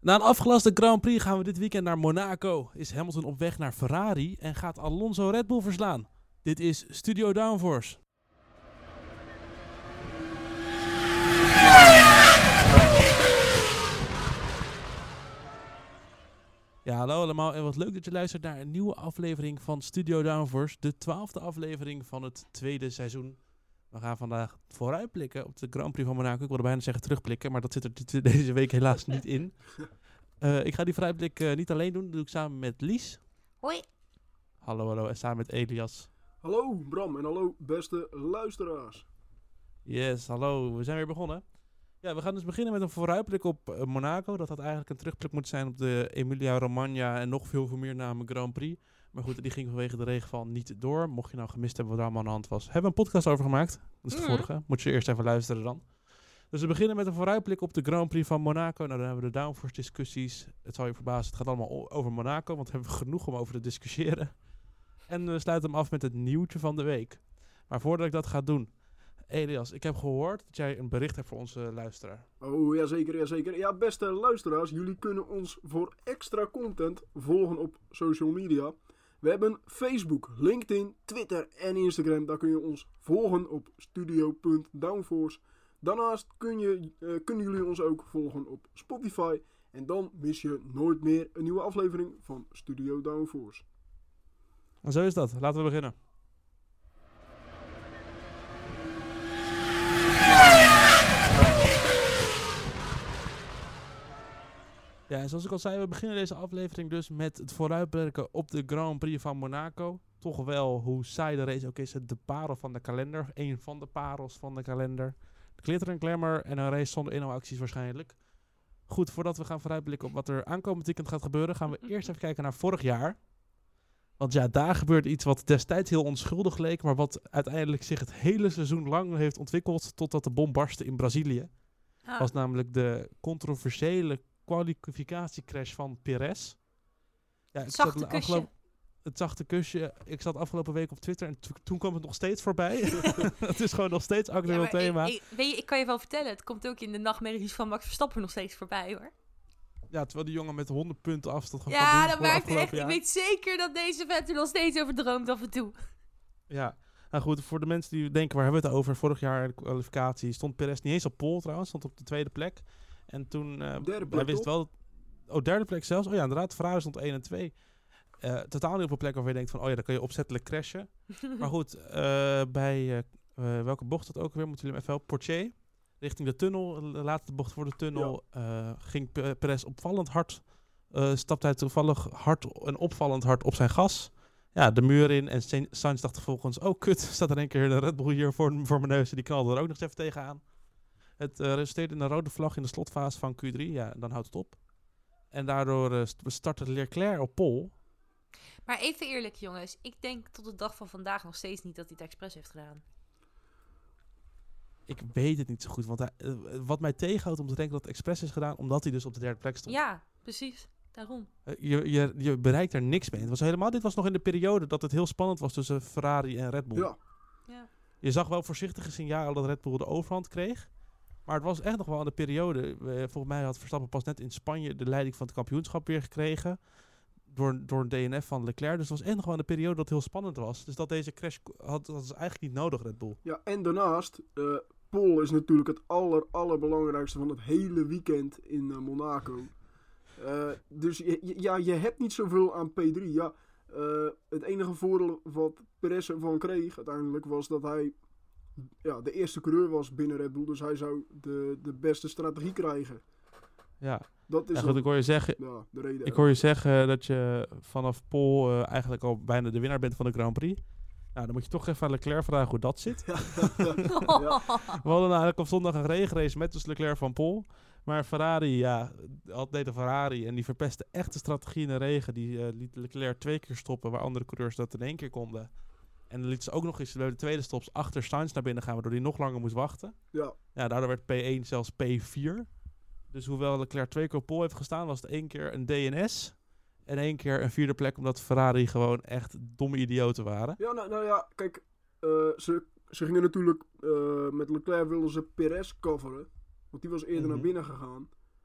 Na een afgelaste Grand Prix gaan we dit weekend naar Monaco. Is Hamilton op weg naar Ferrari en gaat Alonso Red Bull verslaan? Dit is Studio Downforce. Ja, hallo allemaal en wat leuk dat je luistert naar een nieuwe aflevering van Studio Downforce. De 12e aflevering van het tweede seizoen. We gaan vandaag vooruitblikken op de Grand Prix van Monaco. Ik wilde bijna zeggen terugblikken, maar dat zit er deze week helaas niet in. Ik ga die vooruitblik niet alleen doen. Dat doe ik samen met Lies. Hoi. Hallo. En samen met Elias. Hallo Bram en hallo beste luisteraars. Yes, hallo. We zijn weer begonnen. Ja, we gaan dus beginnen met een vooruitblik op Monaco. Dat had eigenlijk een terugblik moeten zijn op de Emilia-Romagna en nog veel meer namen Grand Prix. Maar goed, die ging vanwege de regenval niet door. Mocht je nou gemist hebben wat er allemaal aan de hand was. Hebben we een podcast over gemaakt. Dat is de vorige. Moet je eerst even luisteren dan. Dus we beginnen met een vooruitblik op de Grand Prix van Monaco. Nou, dan hebben we de Downforce discussies. Het zal je verbazen, het gaat allemaal over Monaco. Want we hebben genoeg om over te discussiëren. En we sluiten hem af met het nieuwtje van de week. Maar voordat ik dat ga doen... Elias, ik heb gehoord dat jij een bericht hebt voor onze luisteraar. Oh, jazeker. Ja, beste luisteraars, jullie kunnen ons voor extra content volgen op social media. We hebben Facebook, LinkedIn, Twitter en Instagram. Daar kun je ons volgen op studio.downforce. Daarnaast kunnen jullie ons ook volgen op Spotify. En dan mis je nooit meer een nieuwe aflevering van Studio Downforce. En zo is dat. Laten we beginnen. Ja, en zoals ik al zei, we beginnen deze aflevering dus met het vooruitblikken op de Grand Prix van Monaco. Toch wel, hoe saai de race ook is, het de parel van de kalender. Een van de parels van de kalender. Glitter en glamour en een race zonder inhaalacties waarschijnlijk. Goed, voordat we gaan vooruitblikken op wat er aankomend weekend gaat gebeuren, gaan we eerst even kijken naar vorig jaar. Want ja, daar gebeurde iets wat destijds heel onschuldig leek, maar wat uiteindelijk zich het hele seizoen lang heeft ontwikkeld totdat de bom barstte in Brazilië. Dat was namelijk de controversiële kwalificatiecrash van Perez. Ja, het zachte kusje. Ik zat afgelopen week op Twitter en toen kwam het nog steeds voorbij. Het is gewoon nog steeds actueel thema. Ik kan je wel vertellen, het komt ook in de nachtmerries van Max Verstappen nog steeds voorbij, hoor. Ja, terwijl die jongen met 100 punten afstand gewoon ja, dat maakt echt. Jaar. Ik weet zeker dat deze vent er nog steeds over droomt af en toe. Ja, nou goed, voor de mensen die denken, waar hebben we het over? Vorig jaar de kwalificatie stond Perez niet eens op pole trouwens, stond op de tweede plek. En toen, hij wist wel... derde plek zelfs. Oh ja, inderdaad, Ferrari stond 1 en 2. Totaal niet op een plek waarvan je denkt van, oh ja, dan kun je opzettelijk crashen. Maar goed, bij welke bocht dat ook weer, moeten jullie even helpen? Portier, richting de tunnel, de laatste bocht voor de tunnel, ging Perez opvallend hard, stapte hij toevallig opvallend hard op zijn gas. Ja, de muur in en Sainz dacht vervolgens, oh kut, staat er een keer de Red Bull hier voor mijn neus en die knalde er ook nog eens even tegenaan. Het resulteerde in een rode vlag in de slotfase van Q3, ja, dan houdt het op. En daardoor startte Leclerc op pole. Maar even eerlijk, jongens. Ik denk tot de dag van vandaag nog steeds niet dat hij het expres heeft gedaan. Ik weet het niet zo goed. Want wat mij tegenhoudt om te denken dat het expres is gedaan, omdat hij dus op de derde plek stond. Ja, precies. Daarom. Je bereikt er niks mee. Dit was nog in de periode dat het heel spannend was tussen Ferrari en Red Bull. Ja. Je zag wel voorzichtige signalen dat Red Bull de overhand kreeg. Maar het was echt nog wel in de periode. Volgens mij had Verstappen pas net in Spanje de leiding van het kampioenschap weer gekregen. Door een DNF van Leclerc. Dus het was echt nog wel in de periode dat het heel spannend was. Dus dat deze crash dat is eigenlijk niet nodig, Red Bull. Ja, en daarnaast, pole is natuurlijk het allerbelangrijkste van het hele weekend in Monaco. Dus je hebt niet zoveel aan P3. Ja, het enige voordeel wat Perez ervan kreeg uiteindelijk was dat hij de eerste coureur was binnen Red Bull. Dus hij zou de beste strategie krijgen. Ja. Dat is goed, ik hoor je zeggen, de reden. Ik hoor je zeggen dat je vanaf pole eigenlijk al bijna de winnaar bent van de Grand Prix. Nou, dan moet je toch even aan Leclerc vragen hoe dat zit. Ja. We hadden eigenlijk op zondag een regenrace met dus Leclerc van pole. Maar Ferrari, deed de Ferrari en die verpestte echt de strategie in de regen. Die liet Leclerc 2 keer stoppen, waar andere coureurs dat in 1 keer konden. En dan liet ze ook nog eens bij de tweede stops achter Sainz naar binnen gaan, waardoor hij nog langer moest wachten. Ja. Ja, daardoor werd P1 zelfs P4. Dus hoewel Leclerc 2 keer op pole heeft gestaan, was het 1 keer een DNS. En 1 keer een 4e plek, omdat Ferrari gewoon echt domme idioten waren. Ja, nou ja, kijk, ze gingen natuurlijk, met Leclerc wilden ze Perez coveren. Want die was eerder naar binnen gegaan.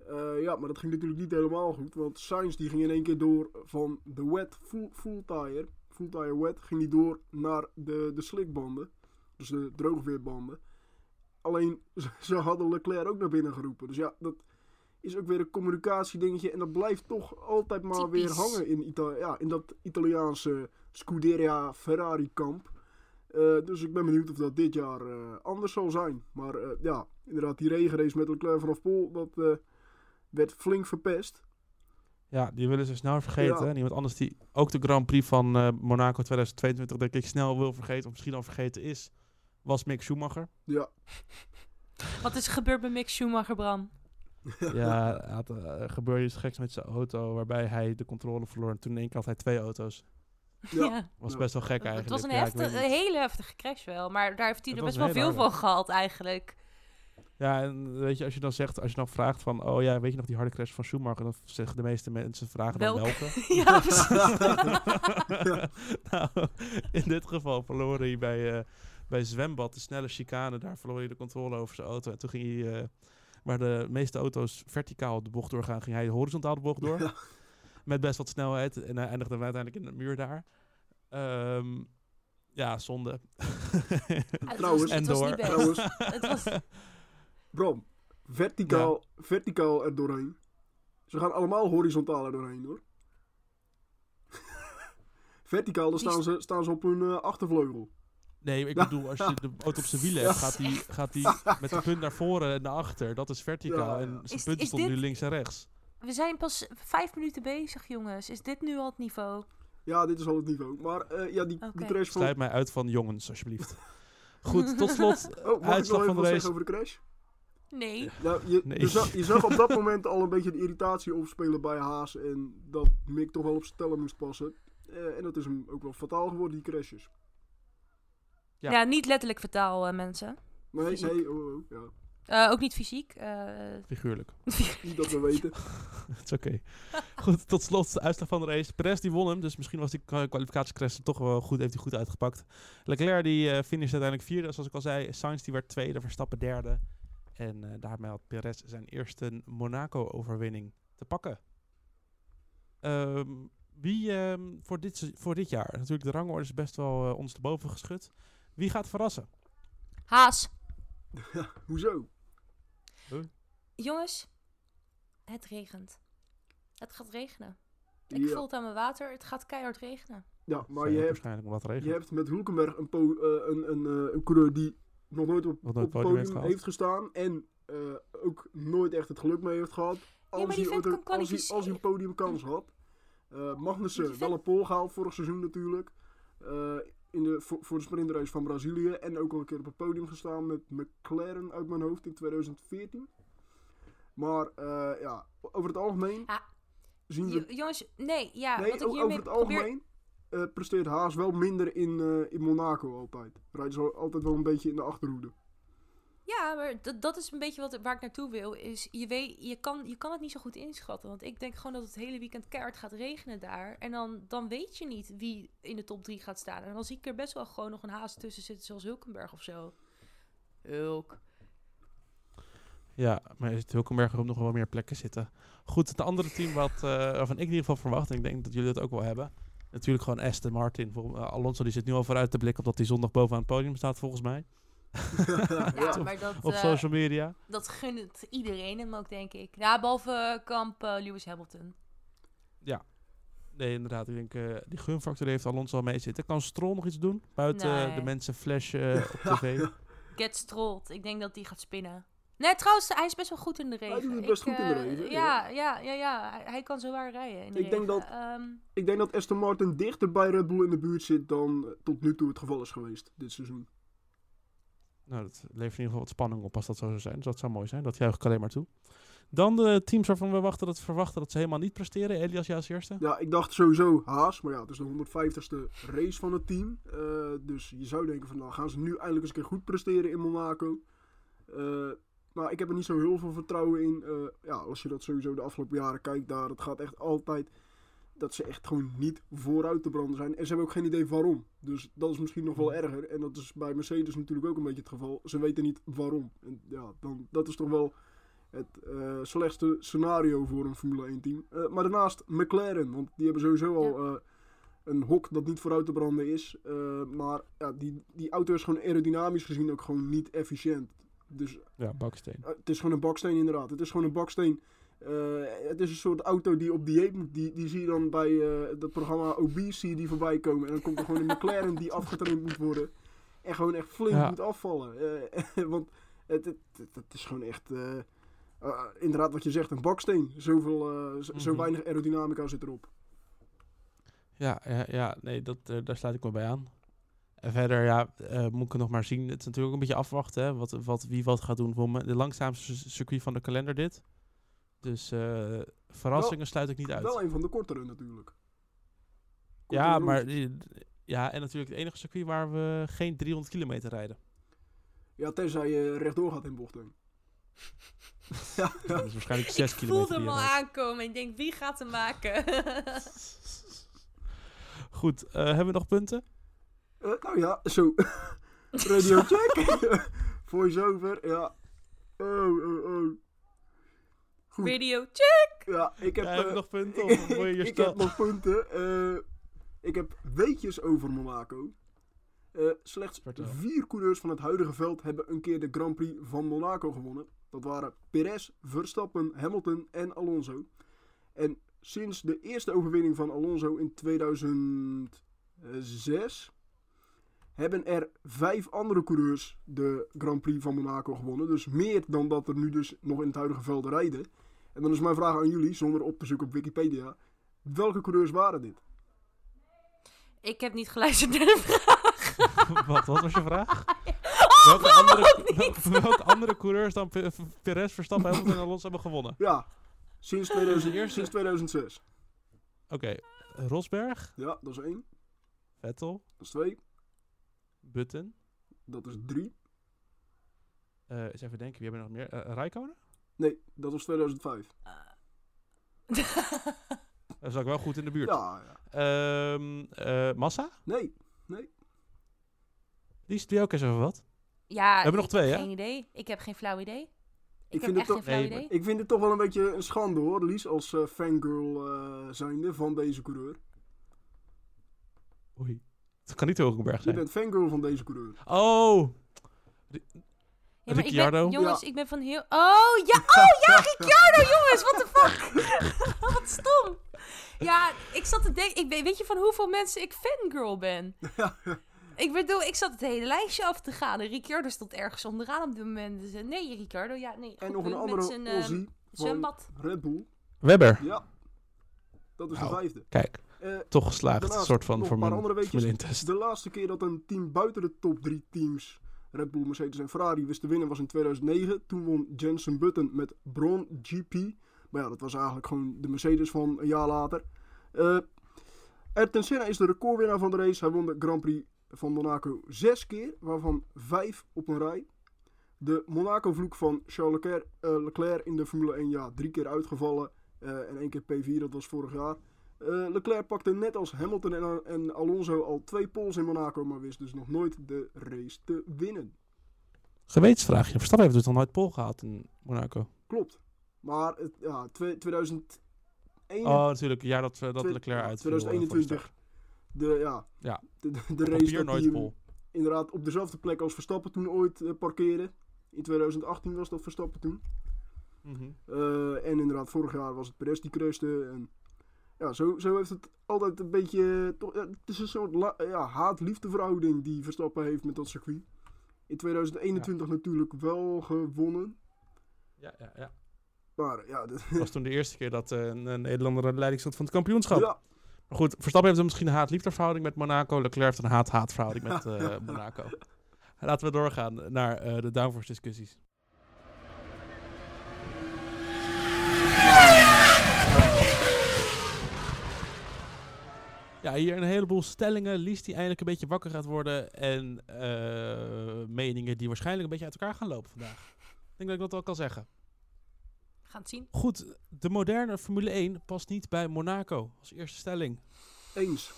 Ja, maar dat ging natuurlijk niet helemaal goed. Want Sainz die ging in één keer door van de wet full tire wet, ging die door naar de slickbanden. Dus de droogweerbanden. Alleen, ze hadden Leclerc ook naar binnen geroepen. Dus ja, dat is ook weer een communicatiedingetje. En dat blijft toch altijd maar weer hangen in dat Italiaanse Scuderia Ferrari kamp. Dus ik ben benieuwd of dat dit jaar anders zal zijn. Maar ja, inderdaad, die regenrace met Leclerc vanaf Pol, dat werd flink verpest. Ja, die willen ze snel vergeten. Ja. En iemand anders die ook de Grand Prix van Monaco 2022 denk ik snel wil vergeten, of misschien al vergeten is, was Mick Schumacher. Ja. Wat is er gebeurd met Mick Schumacher, Bram? Ja, er gebeurde iets geks met zijn auto, waarbij hij de controle verloor. En toen in één keer had hij 2 auto's. Ja. Was best wel gek eigenlijk. Het was een hele heftige crash wel, maar daar heeft hij er Het best was wel een veel hele van gehad eigenlijk. Ja, en weet je, als je dan vraagt van, oh ja, weet je nog die harde crash van Schumacher? Dan zeggen de meeste mensen, vragen dan welke. Ja, precies. Nou, in dit geval verloor hij bij Zwembad, de snelle chicane, daar verloor hij de controle over zijn auto. En toen ging hij, waar de meeste auto's verticaal de bocht doorgaan, ging hij horizontaal de bocht door. Ja. Met best wat snelheid. En hij eindigde uiteindelijk in de muur daar. Ja, zonde. Trouwens, het was niet best. Trouwens. Het was... Bram, verticaal er doorheen. Ze gaan allemaal horizontaal er doorheen, hoor. Verticaal, dan staan ze op hun achtervleugel. Nee, ik bedoel, als je de auto op zijn wielen hebt, gaat die met de punt naar voren en naar achter. Dat is verticaal. Ja. En zijn punten stonden nu links en rechts. We zijn pas 5 minuten bezig, jongens. Is dit nu al het niveau? Ja, dit is al het niveau. Maar ja, die crash van... Sluit mij uit van jongens, alsjeblieft. Goed, tot slot. Mag ik nog Uitslag even van de wat race. zeggen over de crash? Nee. Nou, Nee. je zag op dat moment al een beetje de irritatie opspelen bij Haas. En dat Mick toch wel op zijn tellen moest passen. En dat is hem ook wel fataal geworden, die crashes. Ja. Niet letterlijk fataal, mensen. Nee, Fysiek. ja. Ook niet fysiek. Figuurlijk. Niet dat we weten. Het is oké. Goed, tot slot de uitslag van de race. Perez die won hem, dus misschien was die kwalificatiecrash toch wel goed, heeft hij goed uitgepakt. Leclerc die finishte uiteindelijk vierde, zoals ik al zei. Sainz die werd tweede, Verstappen derde. En daarmee had Perez zijn eerste Monaco-overwinning te pakken. Wie voor dit jaar, natuurlijk de rangorde is best wel ons te boven geschud. Wie gaat verrassen? Haas. Hoezo? Jongens, het regent. Het gaat regenen. Ik voel het aan mijn water. Het gaat keihard regenen. Ja, maar je hebt met Hulkenberg een coureur die nog nooit op het podium heeft gestaan. En ook nooit echt het geluk mee heeft gehad. Als hij een podiumkans had. Magnussen wel een pole gehaald vorig seizoen natuurlijk. Voor de sprintrace van Brazilië. En ook al een keer op het podium gestaan met McLaren uit mijn hoofd in 2014. Maar ja, over het algemeen zien we... Jongens, nee, wat ik hiermee over het algemeen presteert Haas wel minder in Monaco altijd. Rijden ze altijd wel een beetje in de achterhoede. Ja, maar dat is een beetje waar ik naartoe wil. Is je kan het niet zo goed inschatten. Want ik denk gewoon dat het hele weekend keihard gaat regenen daar. En dan weet je niet wie in de top 3 gaat staan. En dan zie ik er best wel gewoon nog een Haas tussen zitten, zoals Hulkenberg of zo. Ja, maar is het Hulkenberg ook nog wel meer plekken zitten. Goed, het andere team waarvan ik in ieder geval verwacht, en ik denk dat jullie dat ook wel hebben. Natuurlijk gewoon Aston Martin. Alonso die zit nu al vooruit te blikken op dat hij zondag bovenaan het podium staat volgens mij. Maar dat, op social media. Dat gunt iedereen hem ook, denk ik. Ja, behalve kamp Lewis Hamilton. Ja. Nee, inderdaad. Ik denk, die gunfactor heeft Alonso al mee zitten. Kan Stroll nog iets doen? Buiten de mensen flashen op tv? Get strolled. Ik denk dat die gaat spinnen. Nee, trouwens, hij is best wel goed in de regen. Hij doet het best goed in de regen. Ja. Hij kan zowaar rijden in de regen. Ik denk dat Aston Martin dichter bij Red Bull in de buurt zit dan tot nu toe het geval is geweest dit seizoen. Nou, dat levert in ieder geval wat spanning op als dat zo zou zijn. Dus dat zou mooi zijn. Dat juich ik alleen maar toe. Dan de teams waarvan we verwachten dat ze helemaal niet presteren. Elias, jij als eerste? Ja, ik dacht sowieso Haas. Maar ja, het is de 150ste race van het team. Dus je zou denken van, nou gaan ze nu eindelijk eens een keer goed presteren in Monaco. Maar ik heb er niet zo heel veel vertrouwen in. Ja, als je dat sowieso de afgelopen jaren kijkt daar. Het gaat echt altijd dat ze echt gewoon niet vooruit te branden zijn. En ze hebben ook geen idee waarom. Dus dat is misschien nog wel erger. En dat is bij Mercedes natuurlijk ook een beetje het geval. Ze weten niet waarom. En ja, dat is toch wel het slechtste scenario voor een Formule 1 team. Maar daarnaast McLaren, want die hebben sowieso al een hok dat niet vooruit te branden is. Maar ja, die auto is gewoon aerodynamisch gezien ook gewoon niet efficiënt. Dus, ja, baksteen. Het is gewoon een baksteen inderdaad. Het is gewoon een baksteen. Het is een soort auto die op dieet moet. Die zie je dan bij dat programma Obese die voorbij komen. En dan komt er gewoon een McLaren die afgetraind moet worden. En gewoon echt flink moet afvallen. Want het is gewoon echt... inderdaad wat je zegt, een baksteen. Zo weinig aerodynamica zit erop. Ja, nee, daar sluit ik me bij aan. En verder, moet ik het nog maar zien. Het is natuurlijk ook een beetje afwachten, hè, wie wat gaat doen. Voor de langzaamste circuit van de kalender dit. Dus verrassingen sluit ik niet uit. Wel een van de kortere natuurlijk. En natuurlijk het enige circuit waar we geen 300 kilometer rijden. Ja, tenzij je rechtdoor gaat in bocht 1. Dat is waarschijnlijk 6 kilometer. Ik voelde hem al aankomen. Ik denk, wie gaat hem maken? Goed, hebben we nog punten? Nou ja, zo. Radio check. Voice-over, ja. Oh. Goed. Radio check. Ja, ik heb... hebben we nog punten? Of wil je ik heb nog punten. Ik heb weetjes over Monaco. Slechts 4 coureurs van het huidige veld hebben een keer de Grand Prix van Monaco gewonnen. Dat waren Perez, Verstappen, Hamilton en Alonso. En sinds de eerste overwinning van Alonso in 2006 hebben er 5 andere coureurs de Grand Prix van Monaco gewonnen. Dus meer dan dat er nu dus nog in het huidige veld rijden. En dan is mijn vraag aan jullie, zonder op te zoeken op Wikipedia. Welke coureurs waren dit? Ik heb niet geluisterd naar de vraag. Wat was je vraag? Welke andere coureurs dan Perez, Verstappen, Hamilton en Alonso hebben gewonnen? Ja, sinds 2006. Oké, Rosberg. Ja, dat is 1. Vettel. Dat is 2. Button. Dat is 3. Eens even denken, wie hebben we nog meer? Räikkönen? Nee, dat was 2005. Dat is ook wel goed in de buurt. Ja. Massa? Nee. Die ook eens over wat? Ja, we hebben nog 2, hè? Geen idee. Ik heb geen flauw idee. Ik vind het toch wel een beetje een schande hoor, Lies, als fangirl zijnde van deze coureur. Oei. Dat kan niet Hulkenberg zijn. Je bent fangirl van deze coureur. Oh! Ja, Ricciardo? Ik ben van heel... Oh ja, Ricciardo, jongens, what the fuck? Wat stom. Ja, ik zat te denken... Weet je van hoeveel mensen ik fangirl ben? Ik bedoel, ik zat het hele lijstje af te gaan. En Ricciardo stond ergens onderaan op dit moment. Dus, nee, Ricciardo, ja, nee. En nog een andere Aussie van Red Bull. Webber. Ja, dat is de 5e. Kijk, toch geslaagd. Een soort van voor mijn weetjes. De laatste keer dat een team buiten de top 3 teams, Red Bull, Mercedes en Ferrari, wist te winnen was in 2009. Toen won Jenson Button met Braun GP. Maar ja, dat was eigenlijk gewoon de Mercedes van een jaar later. Ayrton Senna is de recordwinnaar van de race. Hij won de Grand Prix van Monaco 6 keer, waarvan 5 op een rij. De Monaco-vloek van Charles Leclerc in de Formule 1, ja, 3 keer uitgevallen. En 1 keer P4, dat was vorig jaar. Leclerc pakte net als Hamilton en Alonso al 2 poles in Monaco, maar wist dus nog nooit de race te winnen. Gewetensvraagje. Verstappen heeft dus nog nooit pole gehad in Monaco. Klopt. Maar 2001... Oh, natuurlijk. Het jaar dat Leclerc uitviel. 2021. De race dat hij inderdaad op dezelfde plek als Verstappen toen ooit parkeerde. In 2018 was dat Verstappen toen. Mm-hmm. En inderdaad, vorig jaar was het Perez die crashte. En ja, zo heeft het altijd een beetje... het is een soort haat-liefde verhouding die Verstappen heeft met dat circuit. In 2021 natuurlijk wel gewonnen. Ja. Maar ja... Dat was toen de eerste keer dat een Nederlander aan de leiding stond van het kampioenschap. Ja. Maar goed, Verstappen heeft misschien een haat-liefde verhouding met Monaco. Leclerc heeft een haat-haat verhouding met Monaco. Laten we doorgaan naar de downforce discussies. Ja, hier een heleboel stellingen. Lies die eindelijk een beetje wakker gaat worden. En meningen die waarschijnlijk een beetje uit elkaar gaan lopen vandaag. Ik denk dat ik dat wel kan zeggen. Gaan het zien. Goed, de moderne Formule 1 past niet bij Monaco als eerste stelling. Eens.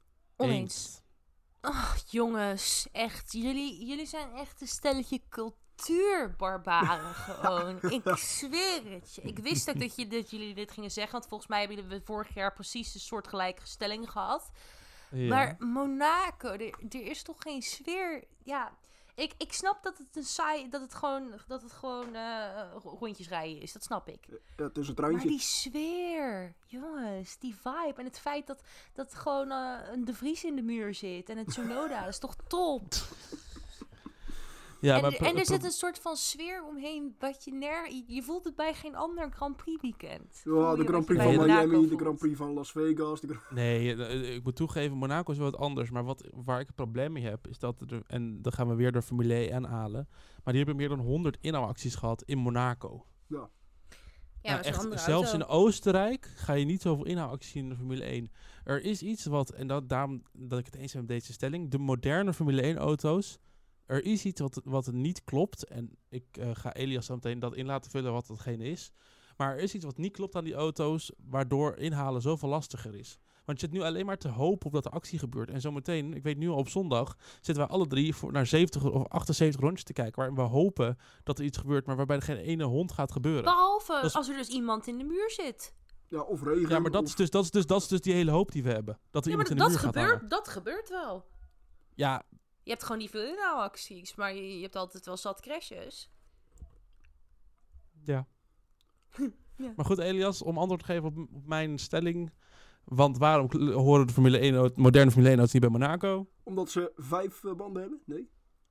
Oneens. Ach, jongens, echt. Jullie zijn echt een stelletje natuurbarbaren gewoon. Ik zweer het je. Ik wist ook dat jullie dit gingen zeggen. Want volgens mij hebben we vorig jaar precies een soortgelijke stelling gehad. Ja. Maar Monaco, er is toch geen sfeer. Ja, ik snap dat het een saai, dat het gewoon rondjes rijden is. Dat snap ik. Ja, het is het randje. Maar die sfeer, jongens, die vibe en het feit dat gewoon een De Vries in de muur zit en het Tsunoda, dat is toch top. Ja, en er zit een soort van sfeer omheen wat je voelt het bij geen ander Grand Prix weekend. Ja, de Grand Prix van Miami, de Grand Prix van Las Vegas. Nee, ik moet toegeven, Monaco is wel wat anders. Maar waar ik een probleem mee heb, is dat en dan gaan we weer door Formule 1 aanhalen. Maar die hebben meer dan 100 inhaalacties gehad in Monaco. Ja. Ja, echt, zelfs in Oostenrijk ga je niet zoveel inhaalacties zien in de Formule 1. Er is iets daarom dat ik het eens ben met deze stelling. De moderne Formule 1 auto's. Er is iets wat niet klopt. En ik ga Elias zo meteen dat in laten vullen wat datgene is. Maar er is iets wat niet klopt aan die auto's, waardoor inhalen zoveel lastiger is. Want je zit nu alleen maar te hopen op dat er actie gebeurt. En zometeen, ik weet nu al op zondag, zitten wij alle drie naar 70 of 78 rondjes te kijken. Waarin we hopen dat er iets gebeurt, maar waarbij er geen ene hond gaat gebeuren. Behalve als er dus iemand in de muur zit. Ja, of regen. Ja, maar dat is dus die hele hoop die we hebben. Dat er iemand in de muur gaat hangen. Dat gebeurt wel. Ja. Je hebt gewoon niet veel inhaalacties, maar je hebt altijd wel zat crashes. Ja. Ja. Maar goed, Elias, om antwoord te geven op mijn stelling. Want waarom horen de moderne Formule 1 auto's niet bij Monaco? Omdat ze 5 banden hebben? Nee.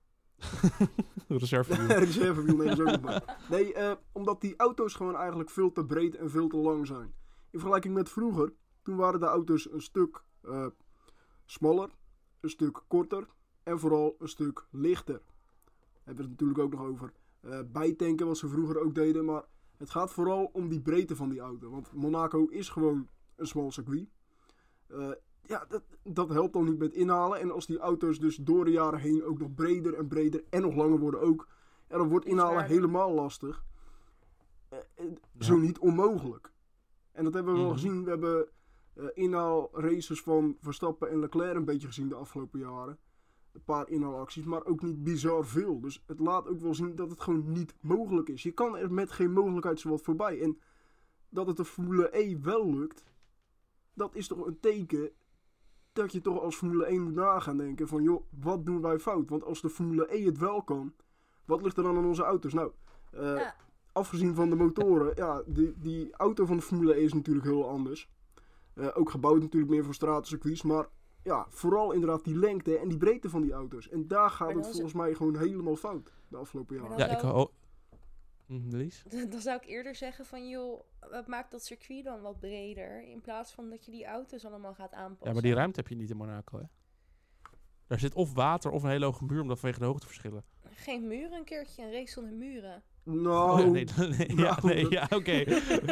Reservewiel. Reservewiel, nee, dat is ook nog maar. Nee, omdat die auto's gewoon eigenlijk veel te breed en veel te lang zijn. In vergelijking met vroeger, toen waren de auto's een stuk smaller, een stuk korter en vooral een stuk lichter. Daar hebben we het natuurlijk ook nog over bijtanken, wat ze vroeger ook deden. Maar het gaat vooral om die breedte van die auto. Want Monaco is gewoon een smal circuit. Ja, dat helpt dan niet met inhalen. En als die auto's dus door de jaren heen ook nog breder en breder en nog langer worden ook. En dan wordt inhalen helemaal lastig. Zo niet onmogelijk. En dat hebben we wel gezien. We hebben inhaalraces van Verstappen en Leclerc een beetje gezien de afgelopen jaren. Een paar inhaalacties, maar ook niet bizar veel. Dus het laat ook wel zien dat het gewoon niet mogelijk is. Je kan er met geen mogelijkheid zowat voorbij. En dat het de Formule E wel lukt, dat is toch een teken dat je toch als Formule 1 moet nagaan denken van, joh, wat doen wij fout? Want als de Formule E het wel kan, wat ligt er dan aan onze auto's? Nou, afgezien van de motoren, ja, die auto van de Formule E is natuurlijk heel anders. Ook gebouwd natuurlijk meer voor stratencircuits, maar ja, vooral inderdaad die lengte en die breedte van die auto's. En daar gaat het volgens mij gewoon helemaal fout de afgelopen jaren. Ja, ik hoop. Lies? Dan zou ik eerder zeggen van, joh, wat maakt dat circuit dan wat breder? In plaats van dat je die auto's allemaal gaat aanpassen. Ja, maar die ruimte heb je niet in Monaco, hè? Daar zit of water of een hele hoge muur, omdat vanwege de hoogteverschillen. Geen muren een keertje, een race zonder muren. Nou, oké.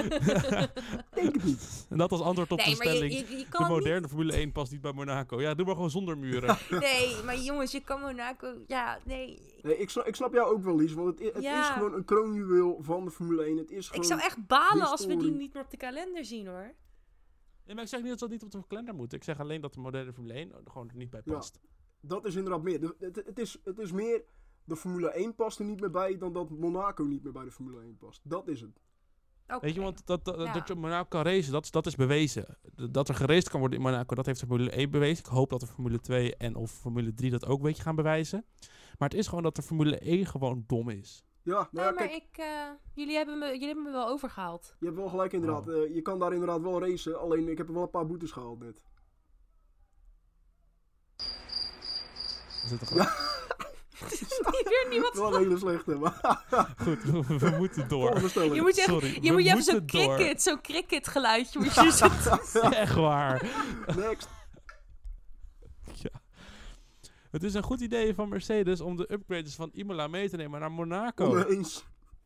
Denk het niet. En dat als antwoord op de stelling. De moderne Formule 1 past niet bij Monaco. Ja, doe maar gewoon zonder muren. Nee, maar jongens, je kan Monaco... Ja, nee. Nee, ik snap jou ook wel, Lies. Want het is gewoon een kroonjuweel van de Formule 1. Het is gewoon ik zou echt balen als we die niet meer op de kalender zien, hoor. Nee, maar ik zeg niet dat dat niet op de kalender moet. Ik zeg alleen dat de moderne Formule 1 er gewoon niet bij past. Ja, dat is inderdaad meer. Het is meer... De Formule 1 past er niet meer bij dan dat Monaco niet meer bij de Formule 1 past. Dat is het. Okay. Weet je, want dat je Monaco kan racen, dat is bewezen. Dat er geraced kan worden in Monaco, dat heeft de Formule 1 bewezen. Ik hoop dat de Formule 2 en of Formule 3 dat ook een beetje gaan bewijzen. Maar het is gewoon dat de Formule 1 gewoon dom is. Ja, maar jullie hebben me wel overgehaald. Je hebt wel gelijk inderdaad. Je kan daar inderdaad wel racen, alleen ik heb er wel een paar boetes gehaald net. Is het toch wel? Ja. Weer niemand wel een hele slechte, maar... Goed, we moeten door. Je moet even zo'n cricket geluidje moet je zetten. Echt waar. Next. Ja. Het is een goed idee van Mercedes om de upgrades van Imola mee te nemen naar Monaco. Oneens.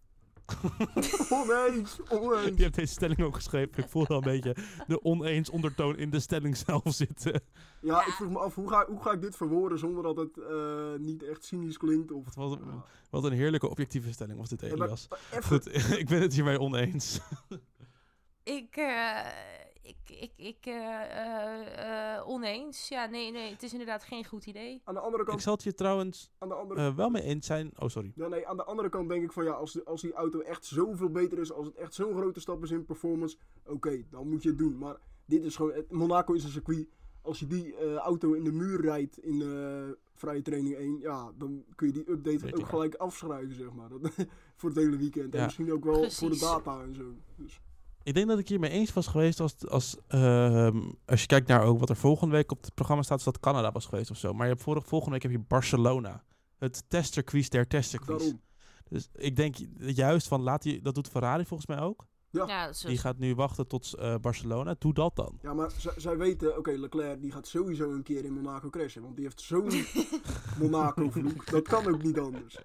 Je hebt deze stelling ook geschreven. Ik voel wel een beetje de oneens ondertoon in de stelling zelf zitten. Ja, ik vroeg me af, hoe ga ik dit verwoorden zonder dat het niet echt cynisch klinkt? Of, wat een heerlijke objectieve stelling was dit, Elias. Goed, ik ben het hiermee oneens. Oneens. Ja, nee, het is inderdaad geen goed idee. Aan de andere kant... Ik zal het je trouwens wel mee eens zijn. Oh, sorry. Ja, nee, aan de andere kant denk ik van ja, als die auto echt zoveel beter is, als het echt zo'n grote stap is in performance, oké, dan moet je het doen. Maar dit is gewoon... Monaco is een circuit. Als je die auto in de muur rijdt in vrije training 1, ja, dan kun je die update ook gelijk afschrijven, zeg maar. Voor het hele weekend. Ja. En misschien ook wel voor de data en zo. Dus. Ik denk dat ik hiermee eens was geweest als je kijkt naar ook wat er volgende week op het programma staat, is dat Canada was geweest of zo. Maar je hebt volgende week heb je Barcelona. Het testcircuit der testcircuits. Daarom. Dus ik denk juist van, dat doet Ferrari volgens mij ook. Ja. Die gaat nu wachten tot Barcelona. Doe dat dan. Ja, maar zij weten, oké, Leclerc die gaat sowieso een keer in Monaco crashen. Want die heeft zo'n Monaco-vloek. Dat kan ook niet anders.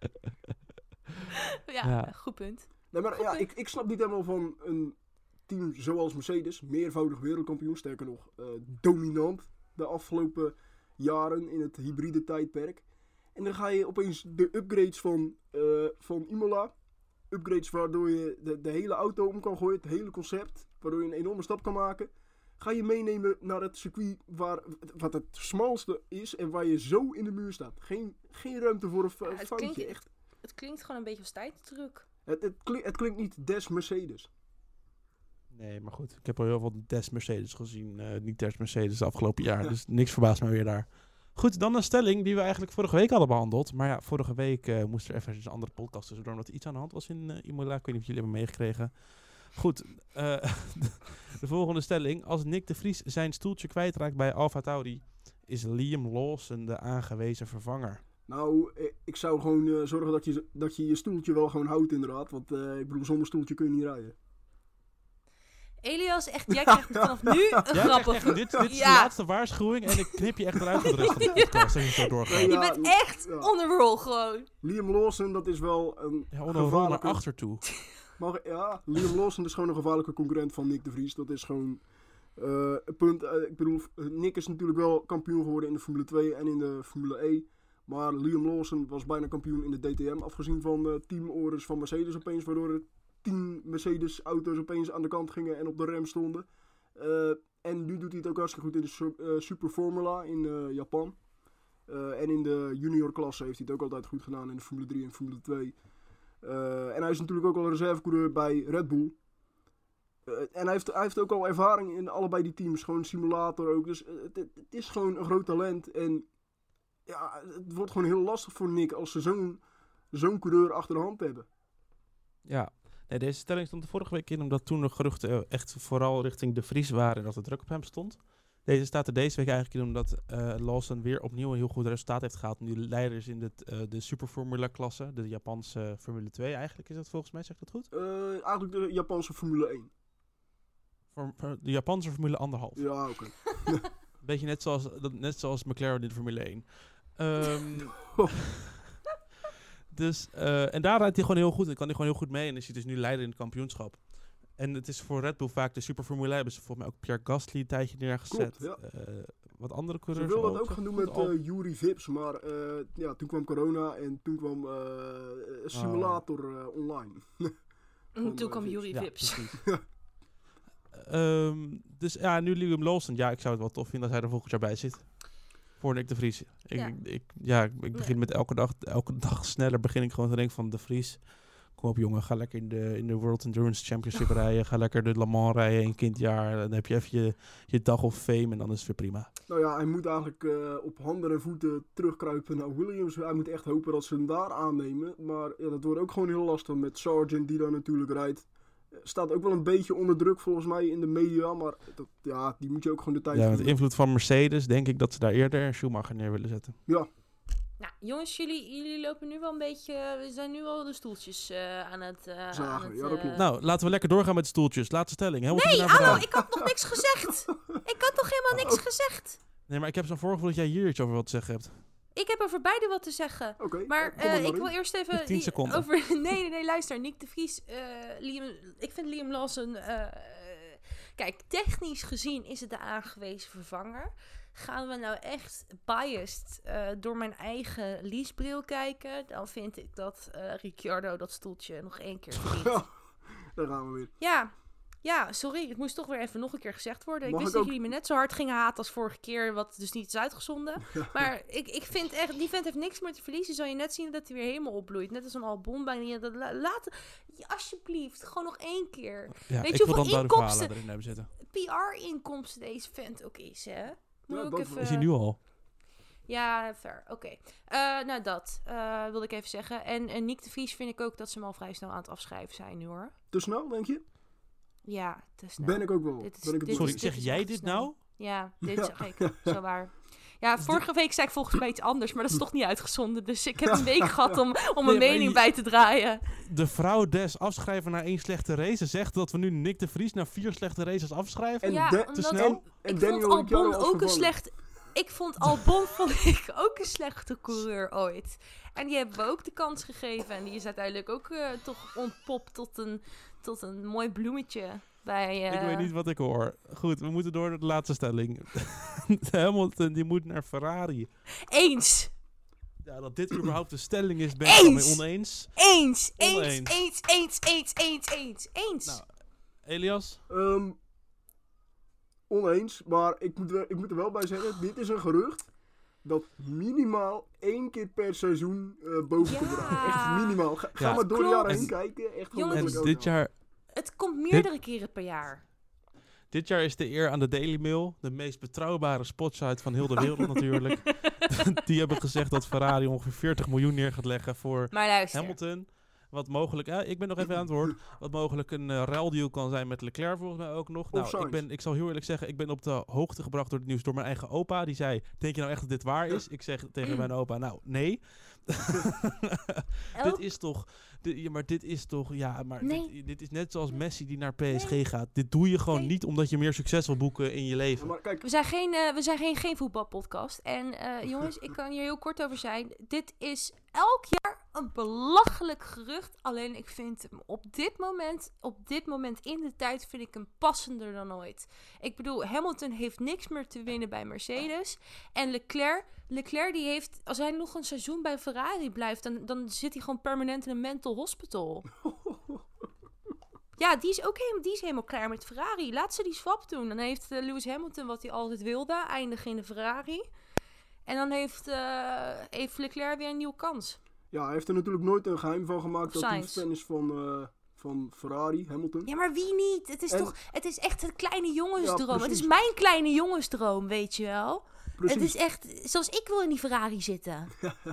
Ja, goed punt. Nee, maar ik snap niet helemaal van een team zoals Mercedes. Meervoudig wereldkampioen, sterker nog dominant de afgelopen jaren in het hybride tijdperk. En dan ga je opeens de upgrades van Imola... Upgrades waardoor je de hele auto om kan gooien, het hele concept, waardoor je een enorme stap kan maken. Ga je meenemen naar het circuit wat het smalste is en waar je zo in de muur staat. Geen ruimte voor een foutje, echt. Het klinkt gewoon een beetje als tijdsdruk. Het klinkt niet des Mercedes. Nee, maar goed. Ik heb al heel veel des Mercedes gezien. Niet des Mercedes de afgelopen jaar. Dus niks verbaast me weer daar. Goed, dan een stelling die we eigenlijk vorige week hadden behandeld. Maar ja, vorige week moest er even een andere podcast tussen, omdat er iets aan de hand was in Imola. Ik weet niet of jullie hebben meegekregen. Goed, de volgende stelling. Als Nick de Vries zijn stoeltje kwijtraakt bij AlphaTauri, is Liam Lawson de aangewezen vervanger? Nou, ik zou gewoon zorgen dat je stoeltje wel gewoon houdt inderdaad. Want ik bedoel, zonder stoeltje kun je niet rijden. Elias, echt, jij krijgt vanaf nu een grappig... Dit is de laatste waarschuwing en ik knip je echt eruit voor de rest van de podcast als je zo doorgaat. Je bent echt on a roll gewoon. Liam Lawson, dat is wel een on a roll naar achter toe. Liam Lawson is gewoon een gevaarlijke concurrent van Nick de Vries. Dat is gewoon een punt. Ik bedoel, Nick is natuurlijk wel kampioen geworden in de Formule 2 en in de Formule E. Maar Liam Lawson was bijna kampioen in de DTM. Afgezien van teamorders van Mercedes opeens, waardoor er 10 Mercedes-auto's opeens aan de kant gingen en op de rem stonden. En nu doet hij het ook hartstikke goed in de Super Formula in Japan. En in de junior-klasse heeft hij het ook altijd goed gedaan in de Formule 3 en Formule 2. En hij is natuurlijk ook al reservecoureur bij Red Bull. En hij heeft ook al ervaring in allebei die teams. Gewoon simulator ook. Dus het is gewoon een groot talent. En ja, het wordt gewoon heel lastig voor Nick als ze zo'n coureur achter de hand hebben. Ja. Nee, deze stelling stond er vorige week in, omdat toen de geruchten echt vooral richting de Vries waren en dat de druk op hem stond. Deze staat er deze week eigenlijk in, omdat Lawson weer opnieuw een heel goed resultaat heeft gehaald. Nu leider is in de Super Formula klasse, de Japanse Formule 2 eigenlijk is dat volgens mij, zeg ik dat goed? Eigenlijk de Japanse Formule 1. De Japanse Formule 1,5. Ja, oké. Beetje net zoals McLaren in de Formule 1. Dus, en daar rijdt hij gewoon heel goed. En kan hij gewoon heel goed mee. En is hij dus nu leider in het kampioenschap. En het is voor Red Bull vaak de Super Formule. Hebben ze volgens mij ook Pierre Gasly een tijdje neergezet. Klopt, ja. Wat andere coureurs. Ze wilden dat ook gaan doen met Juri Vips. Maar toen kwam corona en toen kwam simulator online. Toen kwam Juri Vips. Dus ja, nu Liam Lawson. Ja, ik zou het wel tof vinden dat hij er volgend jaar bij zit. Voor Nick de Vries. Ik begin met elke dag sneller begin ik gewoon te denken van de Vries. Kom op jongen, ga lekker in de World Endurance Championship rijden. Ga lekker de Le Mans rijden in kindjaar. Dan heb je even je dag of fame en dan is het weer prima. Nou ja, hij moet eigenlijk op handen en voeten terugkruipen naar Williams. Hij moet echt hopen dat ze hem daar aannemen. Maar ja, dat wordt ook gewoon heel lastig met Sargent die daar natuurlijk rijdt. Staat ook wel een beetje onder druk volgens mij in de media. Maar die moet je ook gewoon de tijd geven. Met de invloed van Mercedes denk ik dat ze daar eerder Schumacher neer willen zetten. Ja. Nou, jongens, jullie lopen nu wel een beetje... We zijn nu al de stoeltjes aan het... Zagen, ja, dat klopt. Nou, laten we lekker doorgaan met de stoeltjes. Laatste stelling. Nee, hallo, ik had nog niks gezegd. Ik had nog helemaal niks gezegd. Nee, maar ik heb zo'n voorgevoel dat jij hier iets over wat te zeggen hebt. Ik heb over beide wat te zeggen. Okay, maar ik wil eerst even... 10 seconden. Nee, luister. Nick de Vries, ik vind Liam Lawson... kijk, technisch gezien is het de aangewezen vervanger. Gaan we nou echt biased door mijn eigen leasebril kijken... dan vind ik dat Ricciardo dat stoeltje nog 1 keer verdient. Daar gaan we weer. Ja, Ja, sorry, het moest toch weer even nog een keer gezegd worden. Ik Mag wist ik dat ook- jullie me net zo hard gingen haten als vorige keer, wat dus niet is uitgezonden. Maar ik vind echt, die vent heeft niks meer te verliezen. Zal je net zien dat hij weer helemaal opbloeit. Net als een Albon bijna. Laat, alsjeblieft, gewoon nog 1 keer. Ja, Weet ik je wil dan hoeveel Darou inkomsten- Verhalen erin hebben zitten. PR-inkomsten deze vent ook is, hè? Moet Ja, ook dat even... Is hij nu al? Ja, fair. Oké. Nou, dat wilde ik even zeggen. En Nick de Vries vind ik ook dat ze hem al vrij snel aan het afschrijven zijn nu, hoor. Te snel, denk je? Ja, te snel. Ben ik ook wel. Dit is- Ben ik het dit wel. Sorry, is- zeg is jij echt dit snel. nou? Ja, dit Ja. zeg ik. Zo waar. Ja, vorige week zei ik volgens mij iets anders, maar dat is toch niet uitgezonden. Dus ik heb een week gehad om Nee, mijn maar mening je- bij te draaien. De vrouw des afschrijven naar 1 slechte race zegt dat we nu Nick de Vries naar 4 slechte races afschrijven. En Ja, te omdat- snel. En Ik Daniel vond Ricciardo Albon als ook een vervanger. slecht... Ik vond Albon ook een slechte coureur ooit. En die hebben we ook de kans gegeven. En die is uiteindelijk ook toch ontpopt tot een mooi bloemetje. Bij, Ik weet niet wat ik hoor. Goed, we moeten door naar de laatste stelling. Hamilton, die moet naar Ferrari. Eens. Ja, dat dit überhaupt de stelling is, ben ik het Eens! mee oneens. Eens. Nou, Elias? Oneens, maar ik moet er wel bij zeggen, dit is een gerucht dat minimaal 1 keer per seizoen boven komt Ja. dragen. Echt minimaal. Ga Ja. maar door de Klopt. jaren heen En- kijken. Echt Jongens, En letterlijk dit elk jaar, Het komt meerdere keren per jaar. dit jaar is de eer aan de Daily Mail, de meest betrouwbare spotsite van heel de wereld natuurlijk. Die hebben gezegd dat Ferrari ongeveer 40 miljoen neer gaat leggen voor Maar luister. Hamilton. Wat mogelijk, ik ben nog even aan het woord. Wat mogelijk een ruildeal kan zijn met Leclerc volgens mij ook nog. Nou, Sainz. ik zal heel eerlijk zeggen, ik ben op de hoogte gebracht door het nieuws door mijn eigen opa. Die zei, denk je nou echt dat dit waar is? Ik zeg tegen mijn opa, nou, nee. Elk- Dit is toch, ja, maar Nee. dit is net zoals Messi die naar PSG Nee. gaat. Dit doe je gewoon Nee. niet omdat je meer succes wil boeken in je leven. Maar kijk, We zijn geen voetbalpodcast. En jongens, ik kan hier heel kort over zijn. Dit is elk jaar een belachelijk gerucht. Alleen ik vind hem op dit moment in de tijd, vind ik hem passender dan ooit. Ik bedoel, Hamilton heeft niks meer te winnen bij Mercedes. En Leclerc die heeft, als hij nog een seizoen bij Ferrari blijft, dan zit hij gewoon permanent in een mental hospital. Ja, die is helemaal klaar met Ferrari. Laat ze die swap doen. Dan heeft Lewis Hamilton wat hij altijd wilde, eindigen in de Ferrari. En dan heeft Leclerc weer een nieuwe kans. ja, hij heeft er natuurlijk nooit een geheim van gemaakt Of dat hij Sainz. fan is van Ferrari, Hamilton. Ja, maar wie niet? Het is echt een kleine jongensdroom. Ja, Het precies. is mijn kleine jongensdroom, weet je wel. Precies. Het is echt, zoals ik wil in die Ferrari zitten.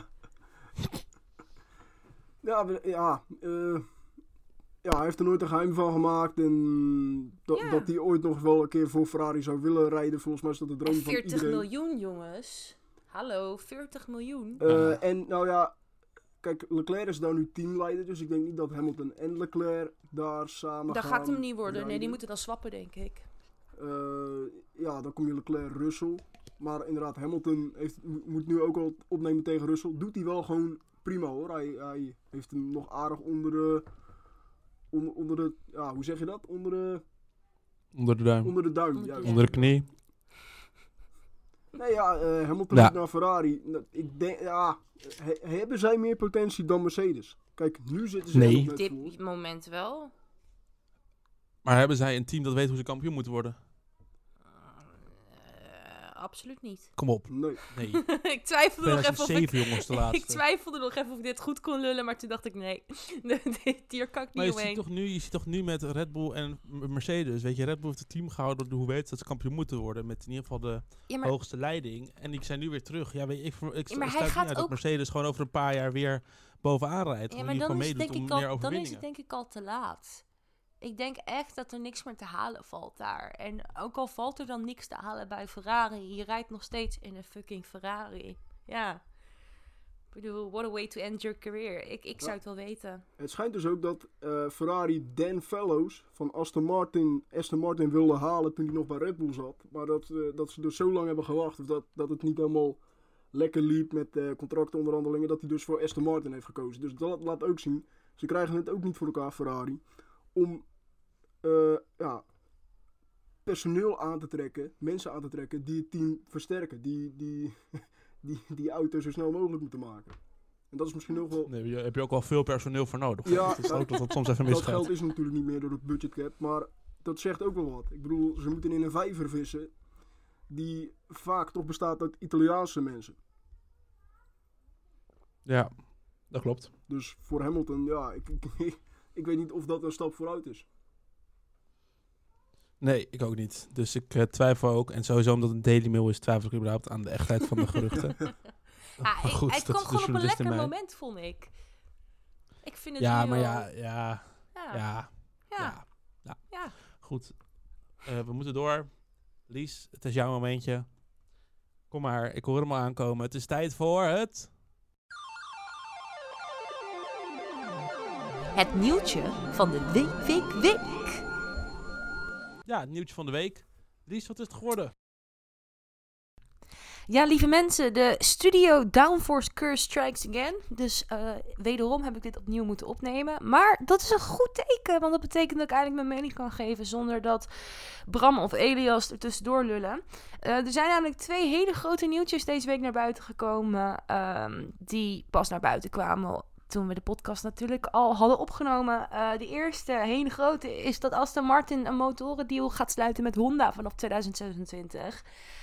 Ja, hij heeft er nooit een geheim van gemaakt. En Ja. dat hij ooit nog wel een keer voor Ferrari zou willen rijden. Volgens mij is dat de droom En van 40 iedereen. miljoen, jongens. Hallo, 40 miljoen. En nou ja, kijk, Leclerc is daar nu teamleider. Dus ik denk niet dat Hamilton en Leclerc daar samen Dat gaan gaat hem niet worden. Nee, rijden. die moeten dan swappen, denk ik. Ja, dan kom je Leclerc-Russell. Maar inderdaad, Hamilton moet nu ook al opnemen tegen Russell. Doet hij wel gewoon prima hoor. Hij heeft hem nog aardig onder de ja, hoe zeg je dat? Onder de duim. Onder de juist. duim. Onder de knie. Nee, ja, Hamilton Ja. moet naar Ferrari. Ik denk, ja, hebben zij meer potentie dan Mercedes? Kijk, nu zitten ze Nee. er nog Op net dit voor. moment wel. Maar hebben zij een team dat weet hoe ze kampioen moeten worden? Absoluut niet. Kom op. Nee. Nee. Ik twijfelde nog even of 2007 jongens, de ik laatste. twijfelde nog even of ik dit goed kon lullen, maar toen dacht ik nee. Hier kan ik Maar niet je omheen. ziet toch nu met Red Bull en Mercedes, weet je, Red Bull heeft het team gehouden door hoe weet dat ze kampioen moeten worden met in ieder geval de Ja, maar hoogste leiding. En die zijn nu weer terug. Ja, weet je, ik Ja, maar hij sluit gaat niet uit dat ook- Mercedes gewoon over een paar jaar weer bovenaan rijdt. Ja, Of maar in ieder dan geval is, het meedoet denk om ik meer al, dan is het overwinningen. denk ik al te laat. Ik denk echt dat er niks meer te halen valt daar. En ook al valt er dan niks te halen bij Ferrari, je rijdt nog steeds in een fucking Ferrari. Ja. Ik bedoel, what a way to end your career. Ik zou het wel weten. Het schijnt dus ook dat Ferrari Dan Fellows van Aston Martin wilde halen toen hij nog bij Red Bull zat. Maar dat ze dus zo lang hebben gewacht, of dat het niet helemaal lekker liep met contractonderhandelingen, dat hij dus voor Aston Martin heeft gekozen. Dus dat laat ook zien, ze krijgen het ook niet voor elkaar, Ferrari, om personeel aan te trekken, mensen aan te trekken die het team versterken, die auto zo snel mogelijk moeten maken. En dat is misschien nog wel... Nee, heb je ook wel veel personeel voor nodig. Ja, Het is ook dat het soms even Dat misgaat. geld is natuurlijk niet meer door het budgetcap, maar dat zegt ook wel wat. Ik bedoel, ze moeten in een vijver vissen die vaak toch bestaat uit Italiaanse mensen. Ja, dat klopt. Dus voor Hamilton, ja, ik weet niet of dat een stap vooruit is. Nee, ik ook niet. Dus ik twijfel ook. En sowieso omdat het een Daily Mail is, twijfel ik überhaupt aan de echtheid van de geruchten. Goed, hij kwam gewoon op een lekker moment, vond ik. Ik vind het ja, heel... maar ja. Goed. We moeten door. Lies, het is jouw momentje. Kom maar, ik hoor hem al aankomen. Het is tijd voor het... Het nieuwtje van de week. Ja, het nieuwtje van de week. Lies, wat is het geworden? Ja, lieve mensen, de Studio Downforce Curse strikes again. Dus wederom heb ik dit opnieuw moeten opnemen. Maar dat is een goed teken, want dat betekent dat ik eigenlijk mijn mening kan geven zonder dat Bram of Elias er tussendoor lullen. Er zijn namelijk 2 hele grote nieuwtjes deze week naar buiten gekomen, die pas naar buiten kwamen toen we de podcast natuurlijk al hadden opgenomen. De eerste hele grote is dat Aston Martin een motorendeal gaat sluiten met Honda vanaf 2026.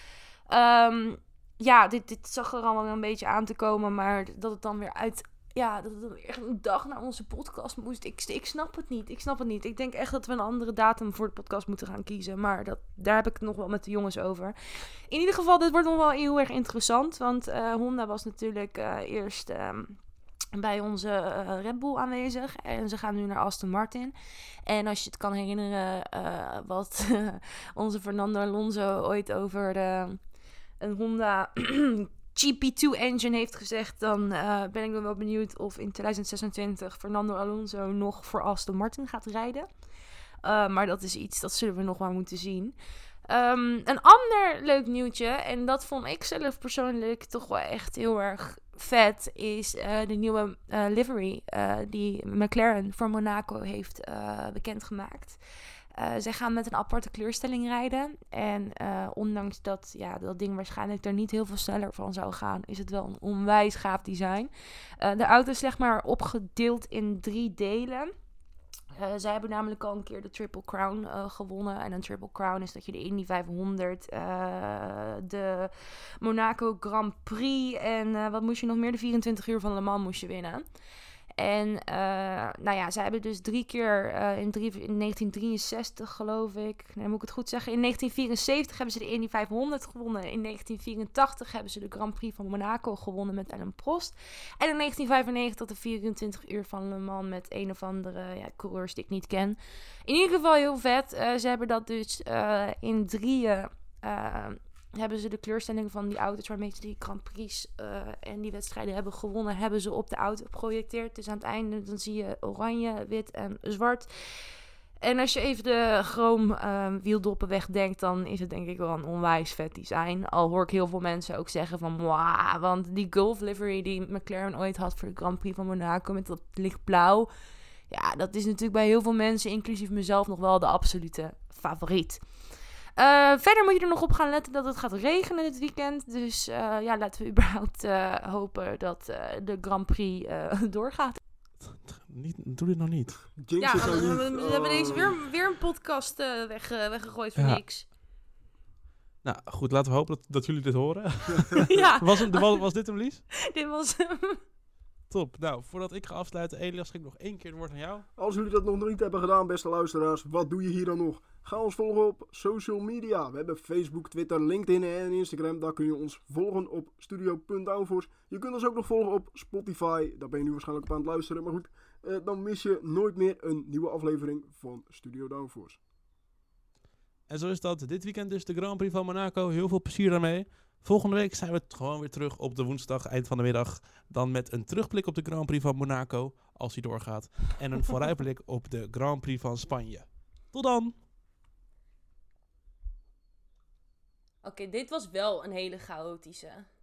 Ja, dit zag er allemaal een beetje aan te komen, maar dat het dan weer dat het dan weer een dag naar onze podcast moest. Ik snap het niet. Ik denk echt dat we een andere datum voor de podcast moeten gaan kiezen, maar daar heb ik het nog wel met de jongens over. In ieder geval, dit wordt nog wel heel erg interessant, want Honda was natuurlijk eerst bij onze Red Bull aanwezig. En ze gaan nu naar Aston Martin. En als je het kan herinneren wat onze Fernando Alonso ooit over een Honda GP2 engine heeft gezegd, dan ben ik wel benieuwd of in 2026 Fernando Alonso nog voor Aston Martin gaat rijden. Maar dat is iets, dat zullen we nog maar moeten zien. Een ander leuk nieuwtje, en dat vond ik zelf persoonlijk toch wel echt heel erg vet, is de nieuwe livery die McLaren voor Monaco heeft bekendgemaakt. Zij gaan met een aparte kleurstelling rijden. En ondanks dat dat ding waarschijnlijk er niet heel veel sneller van zou gaan, is het wel een onwijs gaaf design. De auto is zeg maar opgedeeld in 3 delen. Zij hebben namelijk al een keer de Triple Crown gewonnen. En een Triple Crown is dat je de Indy 500, de Monaco Grand Prix en wat moest je nog meer? De 24 uur van Le Mans moest je winnen. En zij hebben dus 3 keer in 1963 geloof ik. Nee, moet ik het goed zeggen. In 1974 hebben ze de Indy 500 gewonnen. In 1984 hebben ze de Grand Prix van Monaco gewonnen met Alain Prost. En in 1995 de 24 uur van Le Mans met een of andere coureurs die ik niet ken. In ieder geval heel vet. Ze hebben dat dus in 3 hebben ze de kleurstelling van die auto's waarmee ze die Grand Prix en die wedstrijden hebben gewonnen, hebben ze op de auto geprojecteerd. Dus aan het einde dan zie je oranje, wit en zwart. En als je even de chroom wieldoppen wegdenkt, dan is het denk ik wel een onwijs vet design. Al hoor ik heel veel mensen ook zeggen van, wauw, want die Gulf livery die McLaren ooit had voor de Grand Prix van Monaco met dat lichtblauw, ja, dat is natuurlijk bij heel veel mensen, inclusief mezelf, nog wel de absolute favoriet. Verder moet je er nog op gaan letten dat het gaat regenen dit weekend. Dus laten we überhaupt hopen dat de Grand Prix doorgaat. Doe dit nog niet. We hebben deze weer een podcast weggegooid voor niks. Nou goed, laten we hopen dat jullie dit horen. Ja. Was dit hem, Lies? Dit was hem. Top. Nou, voordat ik ga afsluiten, Elias, geef ik nog 1 keer het woord aan jou. Als jullie dat nog niet hebben gedaan, beste luisteraars, wat doe je hier dan nog? Ga ons volgen op social media. We hebben Facebook, Twitter, LinkedIn en Instagram. Daar kun je ons volgen op studio.downforce. Je kunt ons ook nog volgen op Spotify. Daar ben je nu waarschijnlijk op aan het luisteren. Maar goed, dan mis je nooit meer een nieuwe aflevering van Studio Downforce. En zo is dat. Dit weekend dus de Grand Prix van Monaco. Heel veel plezier daarmee. Volgende week zijn we gewoon weer terug op de woensdag, eind van de middag. Dan met een terugblik op de Grand Prix van Monaco, als die doorgaat. En een vooruitblik op de Grand Prix van Spanje. Tot dan! Oké, dit was wel een hele chaotische.